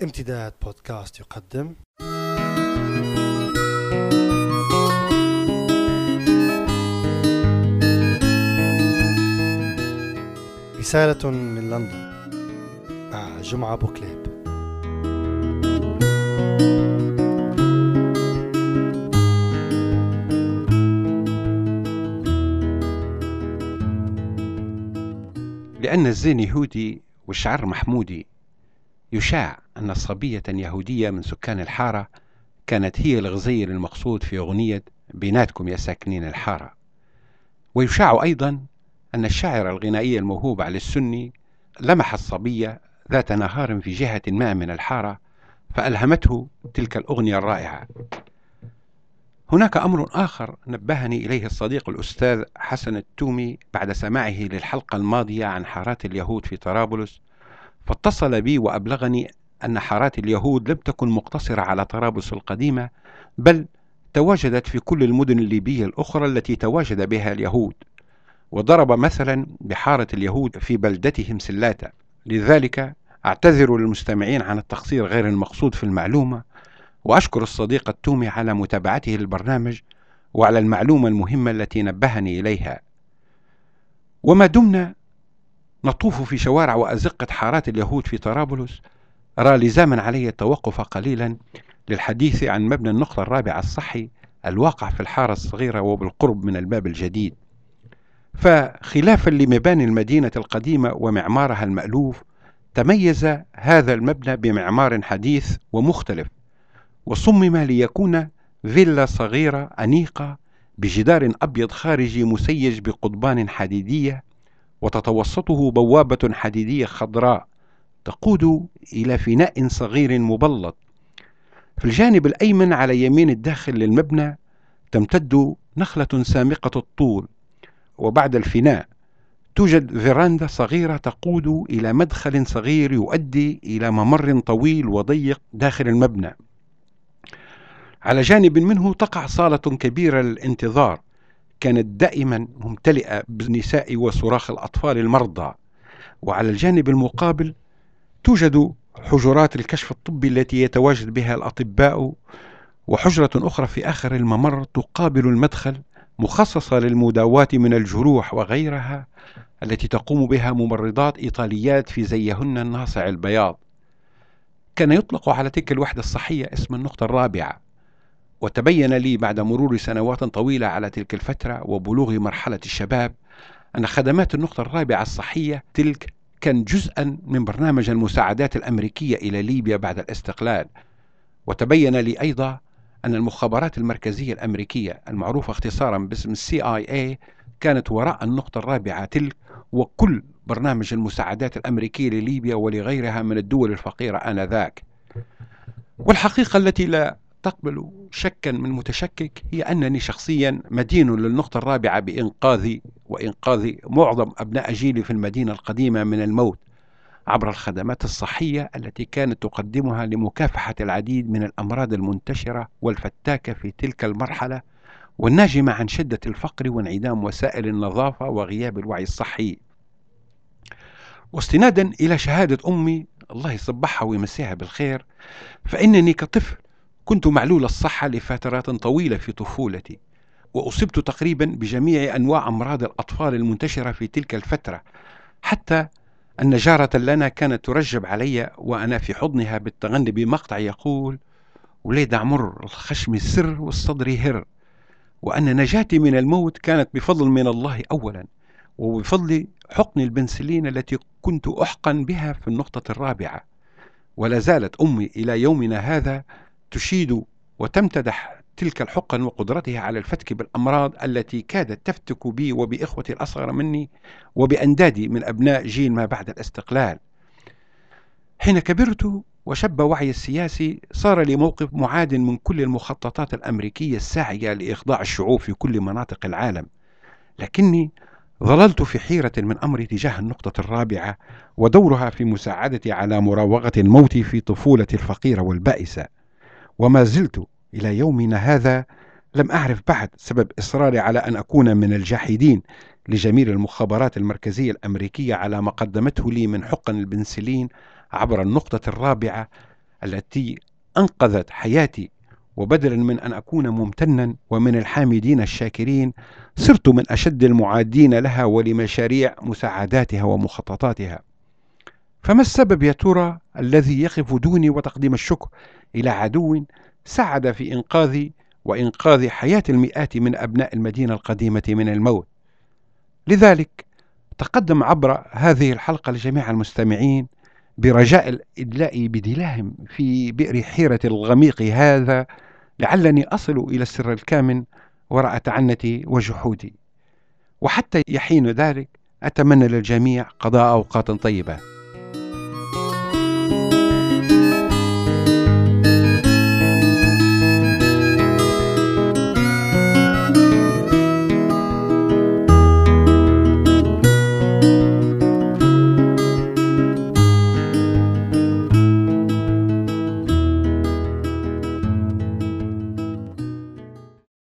امتداد بودكاست يقدم رسالة من لندن مع جمعة بوكليب. لأن الزين يهودي والشعر محمودي، يشاع أن صبية يهودية من سكان الحارة كانت هي الغزير المقصود في أغنية بيناتكم يا ساكنين الحارة. ويشاع أيضا أن الشاعر الغنائي الموهوب علي السني لمح الصبية ذات نهار في جهة ما من الحارة فألهمته تلك الأغنية الرائعة. هناك أمر آخر نبهني إليه الصديق الأستاذ حسن التومي بعد سماعه للحلقة الماضية عن حارات اليهود في طرابلس، فاتصل بي وأبلغني أن حارات اليهود لم تكن مقتصرة على طرابلس القديمة، بل تواجدت في كل المدن الليبية الأخرى التي تواجد بها اليهود، وضرب مثلا بحارة اليهود في بلدتهم سلاتة. لذلك أعتذر للمستمعين عن التقصير غير المقصود في المعلومة، وأشكر الصديق التومي على متابعته للبرنامج وعلى المعلومة المهمة التي نبهني إليها. وما دمنا نطوف في شوارع وأزقة حارات اليهود في طرابلس، أرى لزاما علي التوقف قليلا للحديث عن مبنى النقطة الرابعة الصحي الواقع في الحارة الصغيرة وبالقرب من الباب الجديد. فخلافا لمباني المدينة القديمة ومعمارها المألوف، تميز هذا المبنى بمعمار حديث ومختلف، وصمم ليكون فيلا صغيرة أنيقة بجدار أبيض خارجي مسيج بقضبان حديدية، وتتوسطه بوابة حديدية خضراء تقود إلى فناء صغير مبلط. في الجانب الأيمن على يمين الداخل للمبنى تمتد نخلة سامقة الطول، وبعد الفناء توجد فيراندا صغيرة تقود إلى مدخل صغير يؤدي إلى ممر طويل وضيق داخل المبنى. على جانب منه تقع صالة كبيرة للانتظار كانت دائما ممتلئة بالنساء وصراخ الأطفال المرضى. وعلى الجانب المقابل توجد حجرات الكشف الطبي التي يتواجد بها الأطباء، وحجرة أخرى في آخر الممر تقابل المدخل مخصصة للمداواة من الجروح وغيرها التي تقوم بها ممرضات إيطاليات في زيهن الناصع البياض. كان يطلق على تلك الوحدة الصحية اسم النقطة الرابعة. وتبين لي بعد مرور سنوات طويلة على تلك الفترة وبلوغ مرحلة الشباب أن خدمات النقطة الرابعة الصحية تلك كان جزءا من برنامج المساعدات الأمريكية إلى ليبيا بعد الاستقلال. وتبين لي أيضا أن المخابرات المركزية الأمريكية المعروفة اختصارا باسم CIA كانت وراء النقطة الرابعة تلك وكل برنامج المساعدات الأمريكية لليبيا ولغيرها من الدول الفقيرة آنذاك. والحقيقة التي لا تقبل شكا من متشكك هي أنني شخصيا مدين للنقطة الرابعة بإنقاذي وإنقاذ معظم أبناء جيلي في المدينة القديمة من الموت عبر الخدمات الصحية التي كانت تقدمها لمكافحة العديد من الأمراض المنتشرة والفتاكة في تلك المرحلة، والناجمة عن شدة الفقر وانعدام وسائل النظافة وغياب الوعي الصحي. واستنادا إلى شهادة أمي الله يصبحها ويمسيها بالخير، فإنني كطفل كنت معلول الصحة لفترات طويلة في طفولتي، وأصبت تقريبا بجميع أنواع أمراض الأطفال المنتشرة في تلك الفترة، حتى أن جارة لنا كانت ترجب علي وأنا في حضنها بالتغني بمقطع يقول: وليد عمر الخشم السر والصدر هر. وأن نجاتي من الموت كانت بفضل من الله أولا، وبفضل حقن البنسلين التي كنت أحقن بها في النقطة الرابعة. ولا زالت أمي إلى يومنا هذا تشيد وتمتدح تلك الحقن وقدرتها على الفتك بالأمراض التي كادت تفتك بي وبإخوتي الأصغر مني وبأندادي من أبناء جيل ما بعد الاستقلال. حين كبرت وشب وعي السياسي صار لي موقف معاد من كل المخططات الأمريكية الساعية لإخضاع الشعوب في كل مناطق العالم، لكني ظللت في حيرة من أمري تجاه النقطة الرابعة ودورها في مساعدتي على مراوغة الموت في طفولتي الفقيرة والبائسة. وما زلت إلى يومنا هذا لم أعرف بعد سبب إصراري على أن أكون من الجاحدين لجميع المخابرات المركزية الأمريكية على ما قدمته لي من حقن البنسلين عبر النقطة الرابعة التي أنقذت حياتي، وبدلا من أن أكون ممتنا ومن الحامدين الشاكرين صرت من أشد المعادين لها ولمشاريع مساعداتها ومخططاتها. فما السبب يا ترى الذي يقف دوني وتقديم الشكر إلى عدو ساعد في إنقاذ حياة المئات من أبناء المدينة القديمة من الموت؟ لذلك تقدم عبر هذه الحلقة لجميع المستمعين برجاء الإدلاء بدلاهم في بئر حيرة الغميق هذا، لعلني أصل إلى السر الكامن وراء تعنتي وجحودي. وحتى يحين ذلك أتمنى للجميع قضاء أوقات طيبة.